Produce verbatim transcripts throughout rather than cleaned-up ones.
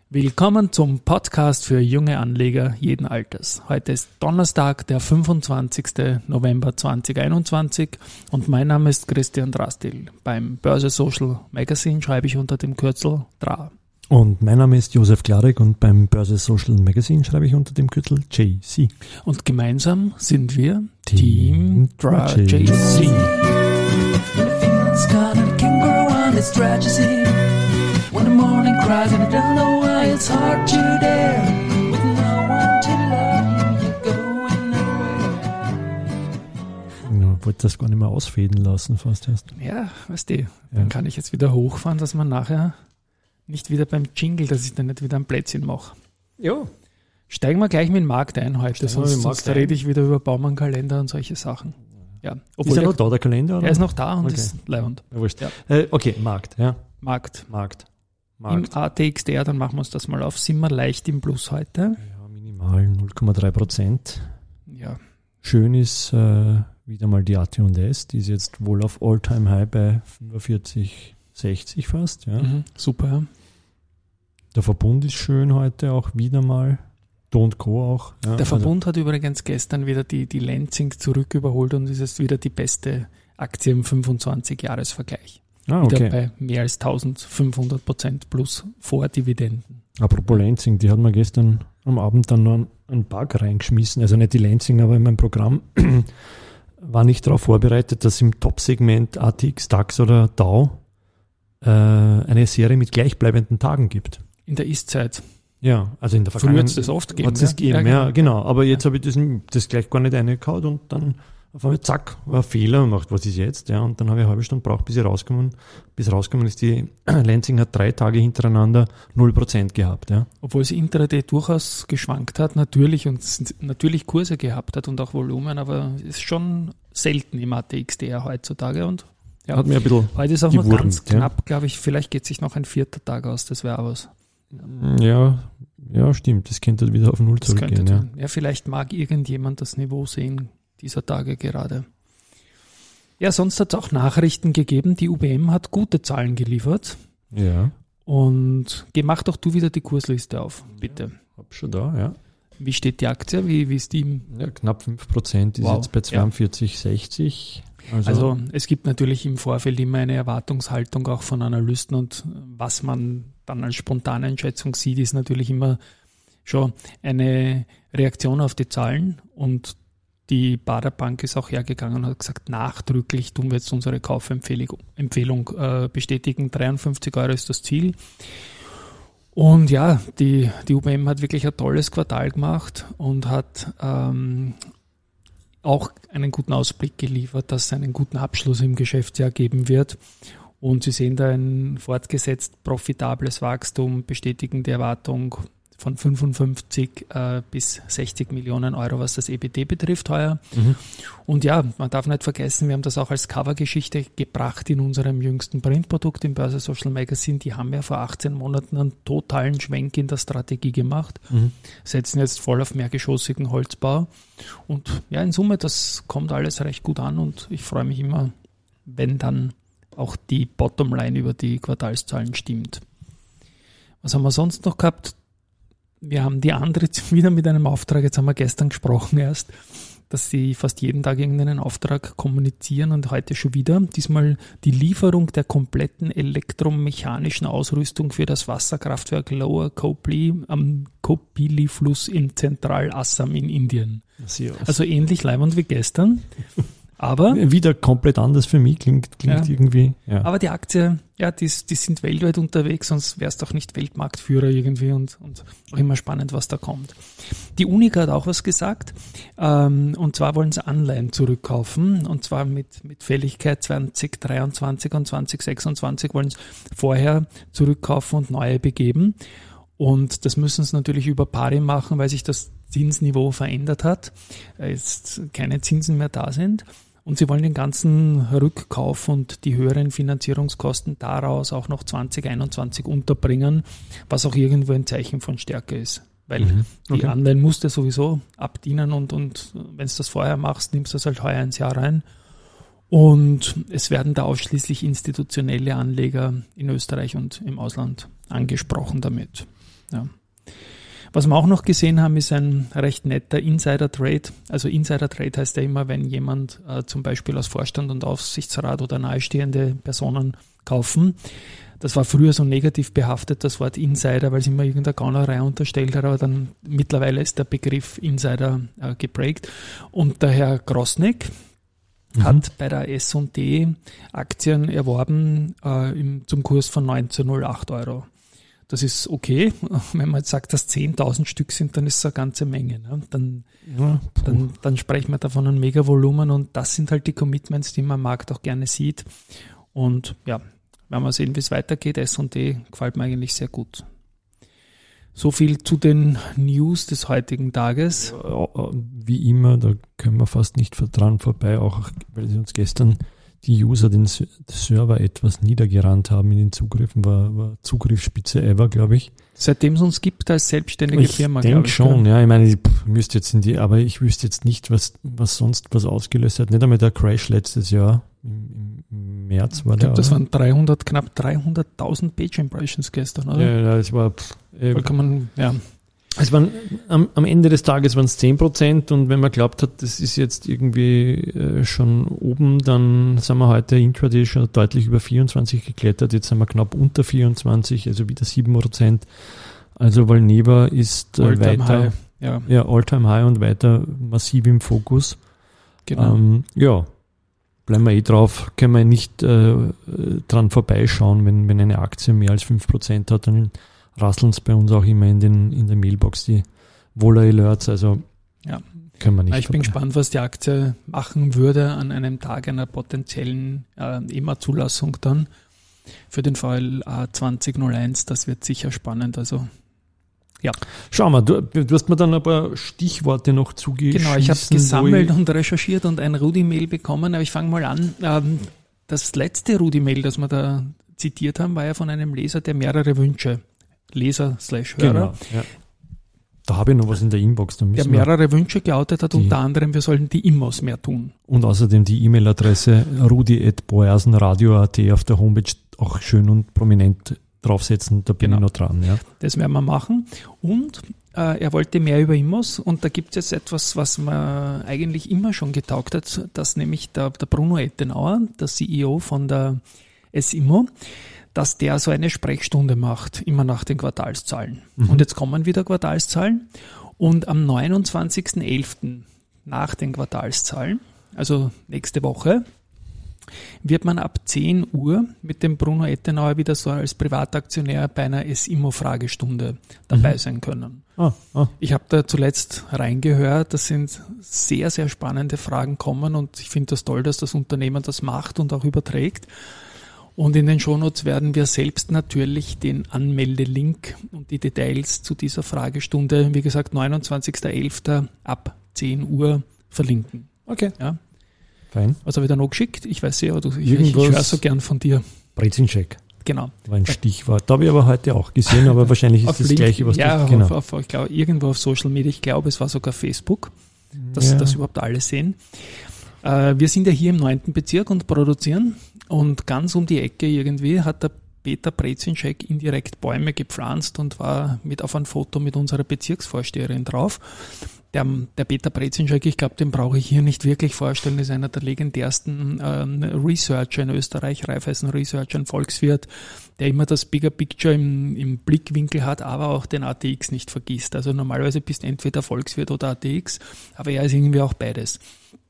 Willkommen zum Podcast für junge Anleger jeden Alters. Heute ist Donnerstag, der fünfundzwanzigster November zweitausendeinundzwanzig und mein Name ist Christian Drastil. Beim Börse Social Magazine schreibe ich unter dem Kürzel D R A. Und mein Name ist Josef Klarek und beim Börse Social Magazine schreibe ich unter dem Kürzel J C. Und gemeinsam sind wir Team Team D R A J C. When the morning cries and I don't know why it's hard to dare. With no one to love you, you're going away. Ja, wollte das gar nicht mehr ausfäden lassen fast erst. Ja, weißt du, dann kann ich jetzt wieder hochfahren, dass man nachher nicht wieder beim Jingle, dass ich dann nicht wieder ein Plätzchen mache. Ja. Steigen wir gleich mit dem Markt ein heute, Steigen wir sonst, mit dem Markt sonst ein. rede ich wieder über Baumann-Kalender und solche Sachen. Ja, obwohl Ist er der, noch da, der Kalender? Oder? er ist noch da und Okay. ist leibend. Ja, wurscht. Ja. Äh, okay, Markt, ja. Markt. Markt. Im Markt. A T X D R, dann machen wir uns das mal auf. Sind wir leicht im Plus heute? Ja, minimal null Komma drei Prozent. Ja. Schön ist äh, wieder mal die A T und S, die ist jetzt wohl auf All-Time-High bei fünfundvierzig sechzig fast. Ja. Mhm, super, ja. Der Verbund ist schön heute auch wieder mal. Do und Co. auch. Ja, Der Verbund hat übrigens gestern wieder die, die Lenzing zurück überholt und ist jetzt wieder die beste Aktie im fünfundzwanzig-Jahres-Vergleich. Also, ah, Wieder okay. bei mehr als eintausendfünfhundert Prozent plus vor Dividenden. Apropos Lansing, die hat mir gestern am Abend dann noch einen, einen Bug reingeschmissen. Also nicht die Lansing, aber in meinem Programm war nicht darauf vorbereitet, dass im Top-Segment A T X, DAX oder Dow äh, eine Serie mit gleichbleibenden Tagen gibt. In der Ist-Zeit. Ja, also in der Früher Vergangenheit hat es das oft gegeben. hat es das ja? gegeben, Ja, ja, genau. Aber jetzt habe ich das, das gleich gar nicht reingehauen und dann auf einmal zack, war ein Fehler und macht, was ist jetzt? Ja, und dann habe ich eine halbe Stunde gebraucht, bis ich rausgekommen, bis rausgekommen ist. Die Lansing hat drei Tage hintereinander null Prozent gehabt, ja. Obwohl sie Intraday durchaus geschwankt hat, natürlich und s- natürlich Kurse gehabt hat und auch Volumen, aber ist schon selten im A T X D R heutzutage. Und ja, Hat mir ein bisschen heute ist auch noch gewurmt, ganz ja. knapp, glaube ich. Vielleicht geht sich noch ein vierter Tag aus, das wäre was. Ja, ja, stimmt. Das könnte wieder auf Null Das zurückgehen. könnte Ja. tun. Ja, vielleicht mag irgendjemand das Niveau sehen dieser Tage gerade. Ja, sonst hat es auch Nachrichten gegeben. Die U B M hat gute Zahlen geliefert. ja, Und geh, mach doch du wieder die Kursliste auf, bitte. hab schon da, ja. Wie steht die Aktie? Wie, wie ist die? im- Ja, knapp fünf Prozent ist Wow. jetzt bei zweiundvierzig sechzig. Also, Also es gibt natürlich im Vorfeld immer eine Erwartungshaltung auch von Analysten und was man dann als spontane Einschätzung sieht, ist natürlich immer schon eine Reaktion auf die Zahlen und die Baader Bank ist auch hergegangen und hat gesagt, nachdrücklich tun wir jetzt unsere Kaufempfehlung Empfehlung, äh, bestätigen. dreiundfünfzig Euro ist das Ziel. Und ja, die, die U B M hat wirklich ein tolles Quartal gemacht und hat ähm, auch einen guten Ausblick geliefert, dass es einen guten Abschluss im Geschäftsjahr geben wird. Und Sie sehen da ein fortgesetzt profitables Wachstum, bestätigen die Erwartung von fünfundfünfzig äh, bis sechzig Millionen Euro, was das E B T betrifft heuer. mhm. Und ja, man darf nicht vergessen, wir haben das auch als Covergeschichte gebracht in unserem jüngsten Printprodukt im Börse Social Magazine. Die haben ja vor achtzehn Monaten einen totalen Schwenk in der Strategie gemacht, Mhm. setzen jetzt voll auf mehrgeschossigen Holzbau. Und ja, in Summe, das kommt alles recht gut an und ich freue mich immer, wenn dann auch die Bottomline über die Quartalszahlen stimmt. Was haben wir sonst noch gehabt? Wir haben die andere wieder mit einem Auftrag, jetzt haben wir gestern gesprochen erst, dass sie fast jeden Tag irgendeinen Auftrag kommunizieren und heute schon wieder. Diesmal die Lieferung der kompletten elektromechanischen Ausrüstung für das Wasserkraftwerk Lower Kopli am Kopili-Fluss in Zentral-Assam in Indien. Sehr aus. Also ähnlich leibend wie gestern, aber, Wieder komplett anders für mich, klingt, klingt Ja. irgendwie. Ja. aber die Aktie, ja, die, die sind weltweit unterwegs, sonst wäre es doch nicht Weltmarktführer irgendwie und, und auch immer spannend, was da kommt. Die Unica hat auch was gesagt, ähm, und zwar wollen sie Anleihen zurückkaufen und zwar mit, mit Fälligkeit zwanzig dreiundzwanzig und zwanzig sechsundzwanzig wollen sie vorher zurückkaufen und neue begeben. Und das müssen sie natürlich über pari machen, weil sich das Zinsniveau verändert hat, jetzt keine Zinsen mehr da sind. Und sie wollen den ganzen Rückkauf und die höheren Finanzierungskosten daraus auch noch zwanzig einundzwanzig unterbringen, was auch irgendwo ein Zeichen von Stärke ist. Weil Mhm. die Okay. Anleihen musst du sowieso abdienen und, und wenn du das vorher machst, nimmst du das halt heuer ins Jahr rein. Und es werden da ausschließlich institutionelle Anleger in Österreich und im Ausland angesprochen damit. Ja. Was wir auch noch gesehen haben, ist ein recht netter Insider-Trade. Also Insider-Trade heißt ja immer, wenn jemand äh, zum Beispiel aus Vorstand und Aufsichtsrat oder nahestehende Personen kaufen. Das war früher so negativ behaftet, das Wort Insider, weil es immer irgendeine Gaunerei unterstellt hat, aber dann mittlerweile ist der Begriff Insider äh, geprägt. Und der Herr Grosnick mhm. hat bei der S und T Aktien erworben äh, im, zum Kurs von neunzehn Komma null acht Euro. Das ist okay. Wenn man jetzt sagt, dass zehntausend Stück sind, dann ist es eine ganze Menge. Ne? Dann, ja, dann, dann sprechen wir davon ein Megavolumen und das sind halt die Commitments, die man am Markt auch gerne sieht. Und ja, werden wir sehen, wie es weitergeht. S und T gefällt mir eigentlich sehr gut. So viel zu den News des heutigen Tages. Wie immer, da können wir fast nicht dran vorbei, auch weil sie uns gestern die User den Server etwas niedergerannt haben in den Zugriffen, war, war Zugriffsspitze ever, glaube ich. Seitdem es uns gibt als selbstständige ich Firma, glaube ich. Ich denke schon, ja. Ich meine, ich müsste jetzt in die, aber ich wüsste jetzt nicht, was, was sonst was ausgelöst hat. Nicht einmal der Crash letztes Jahr, im, im März war ich der. Ich glaube, das waren dreihundert, knapp dreihunderttausend Page Impressions gestern, oder? Ja, ja, das war, pff, äh, Vollkommen, ja. Es waren, am, am Ende des Tages waren es zehn Prozent und wenn man glaubt hat, das ist jetzt irgendwie äh, schon oben, dann sind wir heute intraday schon deutlich über vierundzwanzig geklettert, jetzt sind wir knapp unter vierundzwanzig, also wieder sieben Prozent. Also Valneva ist äh, weiter, High, ja. ja, All-Time High und weiter massiv im Fokus. Genau. Ähm, ja, bleiben wir eh drauf, können wir nicht äh, dran vorbeischauen, wenn, wenn eine Aktie mehr als fünf Prozent hat, dann rasseln es bei uns auch immer in, den, in der Mailbox die Vola-Alerts, also ja. können wir nicht. Ich bin gespannt, was die Aktie machen würde an einem Tag einer potenziellen äh, E M A-Zulassung dann für den V L A zwanzig null eins. Das wird sicher spannend. Also ja. Schau mal, du, du hast mir dann ein paar Stichworte noch zugeschrieben. Genau, ich habe gesammelt und recherchiert und ein Rudi-Mail bekommen, aber ich fange mal an. Ähm, das letzte Rudi-Mail, das wir da zitiert haben, war ja von einem Leser, der mehrere Wünsche Leser slash Hörer. Genau, ja. Da habe ich noch was in der Inbox. Da der mehrere Wünsche geoutet hat, unter anderem, wir sollten die Immos mehr tun. Und außerdem die E-Mail-Adresse rudi at boersenradio punkt at auf der Homepage auch schön und prominent draufsetzen. Da bin genau. ich noch dran. Ja. Das werden wir machen. Und äh, er wollte mehr über Immos und da gibt es jetzt etwas, was mir eigentlich immer schon getaugt hat, dass nämlich der, der Bruno Ettenauer, der C E O von der S I M O, dass der so eine Sprechstunde macht, immer nach den Quartalszahlen. Mhm. Und jetzt kommen wieder Quartalszahlen und am neunundzwanzigsten elften nach den Quartalszahlen, also nächste Woche, wird man ab zehn Uhr mit dem Bruno Ettenauer wieder so als Privataktionär bei einer S I M O-Fragestunde dabei mhm. sein können. Ah, ah. Ich habe da zuletzt reingehört, das sind sehr, sehr spannende Fragen kommen und ich finde das toll, dass das Unternehmen das macht und auch überträgt. Und in den Shownotes werden wir selbst natürlich den Anmeldelink und die Details zu dieser Fragestunde, wie gesagt, neunundzwanzigsten elften ab zehn Uhr verlinken. Okay. Ja. Fein. Was habe ich da noch geschickt? Ich weiß ja, du, ich, ich höre so gern von dir. Brezincheck. Genau. War ein Stichwort. Da habe ich aber heute auch gesehen, aber wahrscheinlich ist das Link, gleiche, was ja, du... Genau. Auf, auf, ich glaube, irgendwo auf Social Media, ich glaube, es war sogar Facebook, dass ja. das überhaupt alle sehen. Äh, wir sind ja hier im neunten Bezirk und produzieren und ganz um die Ecke irgendwie hat der Peter Brezincheck indirekt Bäume gepflanzt und war mit auf ein Foto mit unserer Bezirksvorsteherin drauf. Der, der Peter Brezincheck, ich glaube, den brauche ich hier nicht wirklich vorstellen, ist einer der legendärsten ähm, Researcher in Österreich, Raiffeisen Researcher, ein Volkswirt, der immer das Bigger Picture im, im Blickwinkel hat, aber auch den A T X nicht vergisst. Also normalerweise bist du entweder Volkswirt oder A T X, aber er ist irgendwie auch beides.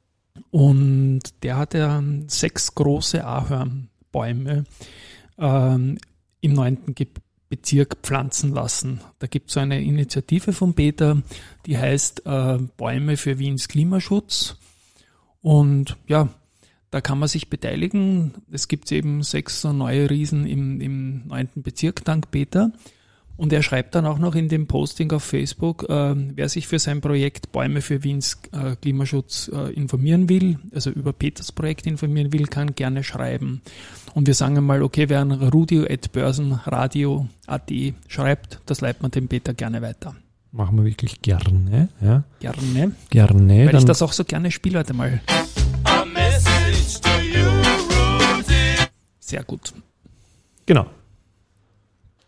Und der hat ja sechs große Ahornbäume ähm, im neunten Bezirk pflanzen lassen. Da gibt es so eine Initiative von Peter, die heißt äh, Bäume für Wiens Klimaschutz. Und ja, da kann man sich beteiligen. Es gibt eben sechs so neue Riesen im, im neunten Bezirk, dank Peter. Und er schreibt dann auch noch in dem Posting auf Facebook, äh, wer sich für sein Projekt Bäume für Wiens äh, Klimaschutz äh, informieren will, also über Peters Projekt informieren will, kann gerne schreiben. Und wir sagen einmal, okay, wer an rudi at börsenradio punkt at schreibt, das leitet man dem Peter gerne weiter. Machen wir wirklich gerne, ja. Gerne. Gerne. Weil ich das auch so gerne spiele heute mal. A message to you, Rudi. Sehr gut. Genau.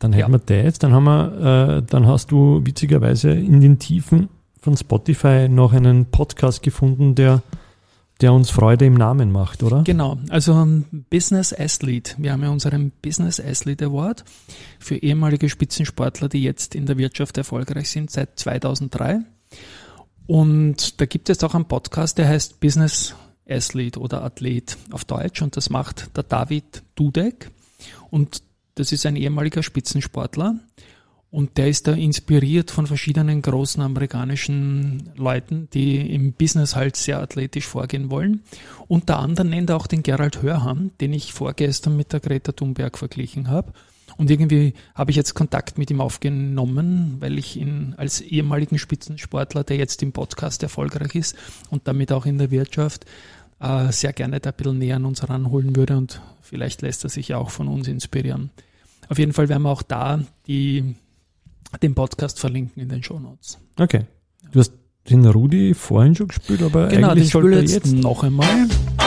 Dann hätten ja. wir das, dann haben wir, äh, dann hast du witzigerweise in den Tiefen von Spotify noch einen Podcast gefunden, der, der uns Freude im Namen macht, oder? Genau, also Business Athlete. Wir haben ja unseren Business Athlete Award für ehemalige Spitzensportler, die jetzt in der Wirtschaft erfolgreich sind, seit zweitausenddrei. Und da gibt es auch einen Podcast, der heißt Business Athlete oder Athlet auf Deutsch, und das macht der David Dudek, und das ist ein ehemaliger Spitzensportler, und der ist da inspiriert von verschiedenen großen amerikanischen Leuten, die im Business halt sehr athletisch vorgehen wollen. Unter anderem nennt er auch den Gerald Hörhan, den ich vorgestern mit der Greta Thunberg verglichen habe. Und irgendwie habe ich jetzt Kontakt mit ihm aufgenommen, weil ich ihn als ehemaligen Spitzensportler, der jetzt im Podcast erfolgreich ist und damit auch in der Wirtschaft, äh, sehr gerne da ein bisschen näher an uns ranholen würde, und vielleicht lässt er sich ja auch von uns inspirieren. Auf jeden Fall werden wir auch da die, den Podcast verlinken in den Shownotes. Okay. Du hast den Rudi vorhin schon gespielt, aber genau, eigentlich den spiele sollte jetzt, jetzt noch einmal.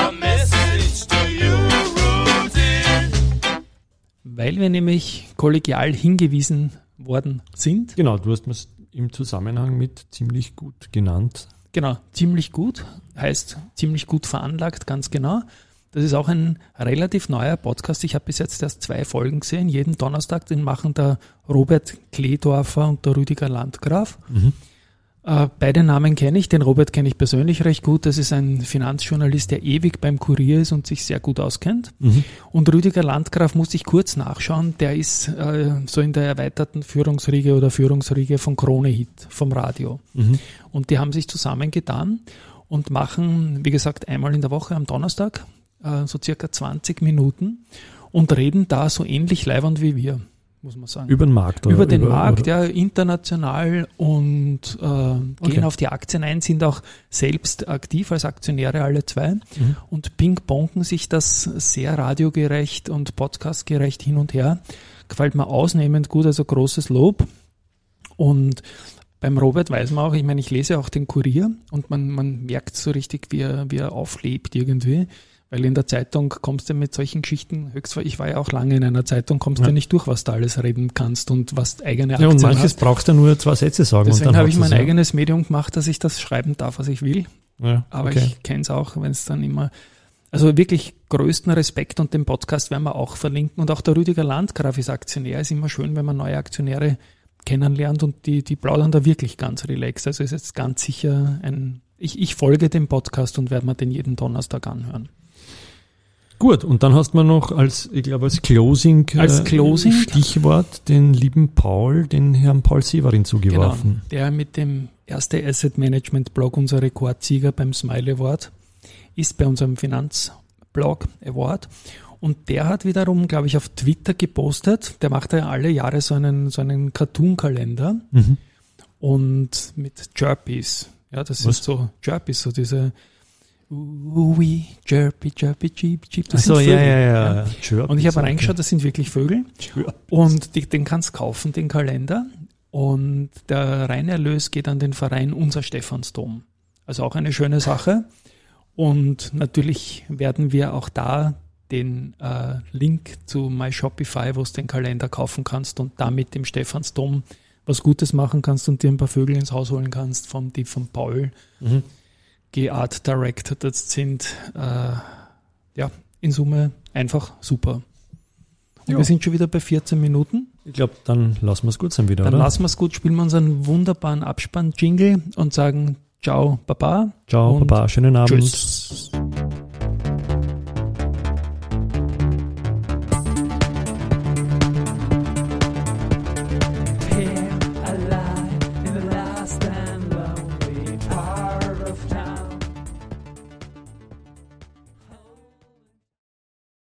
Weil wir nämlich kollegial hingewiesen worden sind. Genau, du hast mir es im Zusammenhang mit ziemlich gut genannt. Genau, ziemlich gut heißt ziemlich gut veranlagt, ganz genau. Das ist auch ein relativ neuer Podcast. Ich habe bis jetzt erst zwei Folgen gesehen. Jeden Donnerstag, den machen der Robert Kledorfer und der Rüdiger Landgraf. Mhm. Äh, beide Namen kenne ich. Den Robert kenne ich persönlich recht gut. Das ist ein Finanzjournalist, der ewig beim Kurier ist und sich sehr gut auskennt. Mhm. Und Rüdiger Landgraf musste ich kurz nachschauen. Der ist äh, so in der erweiterten Führungsriege oder Führungsriege von Krone Hit, vom Radio. Mhm. Und die haben sich zusammengetan und machen, wie gesagt, einmal in der Woche am Donnerstag äh, so circa zwanzig Minuten und reden da so ähnlich leibernd wie wir, muss man sagen. Über den Markt? Oder über den über, Markt, oder? Ja, international, und äh, gehen okay. auf die Aktien ein, sind auch selbst aktiv als Aktionäre, alle zwei, mhm. und ping-pongen sich das sehr radiogerecht und podcastgerecht hin und her. Gefällt mir ausnehmend gut, also großes Lob. Und beim Robert weiß man auch, ich meine, ich lese auch den Kurier, und man, man merkt so richtig, wie er, wie er auflebt irgendwie. Weil in der Zeitung kommst du mit solchen Geschichten, höchst, ich war ja auch lange in einer Zeitung, kommst du ja. nicht durch, was du alles reden kannst und was eigene Aktien hast. Ja, und manches hast. brauchst du nur zwei Sätze sagen. Deswegen habe ich mein eigenes ja. Medium gemacht, dass ich das schreiben darf, was ich will. Ja, aber okay. ich kenne es auch, wenn es dann immer, also wirklich größten Respekt, und den Podcast werden wir auch verlinken. Und auch der Rüdiger Landgraf ist Aktionär. Ist immer schön, wenn man neue Aktionäre kennenlernt, und die, die plaudern da wirklich ganz relaxed. Also ist jetzt ganz sicher ein, ich, ich folge dem Podcast und werde mir den jeden Donnerstag anhören. Gut, und dann hast du noch als, ich glaube, als Closing, als äh, Closing Stichwort den lieben Paul, den Herrn Paul Severin zugeworfen. Genau, der mit dem erste Asset Management Blog, unser Rekordsieger beim Smile Award, ist bei unserem Finanzblog Award. Und der hat wiederum, glaube ich, auf Twitter gepostet, der macht ja alle Jahre so einen, so einen Cartoon-Kalender, mhm. und mit Chirpies. Ja, das Was? ist so Chirpies, so diese Ui, Chirpy, Chirpy, Cheep, Cheep. Das so, sind ja, Vögel. ja, ja. ja. Chirpy, und ich habe okay. reingeschaut, das sind wirklich Vögel. Chirpy. Und die, den kannst du kaufen, den Kalender. Und der Reinerlös geht an den Verein Unser Stephansdom. Also auch eine schöne Sache. Und natürlich werden wir auch da den äh, Link zu My Shopify, wo du den Kalender kaufen kannst und damit im Stephansdom was Gutes machen kannst und dir ein paar Vögel ins Haus holen kannst, von die von Paul. Mhm. Art Director, das sind äh, ja in Summe einfach super. Und ja. wir sind schon wieder bei vierzehn Minuten. Ich glaube, dann lassen wir es gut sein wieder, dann oder? Dann lassen wir es gut, spielen wir unseren wunderbaren Abspann-Jingle und sagen Ciao, Baba. Ciao, Baba, schönen Abend. Tschüss.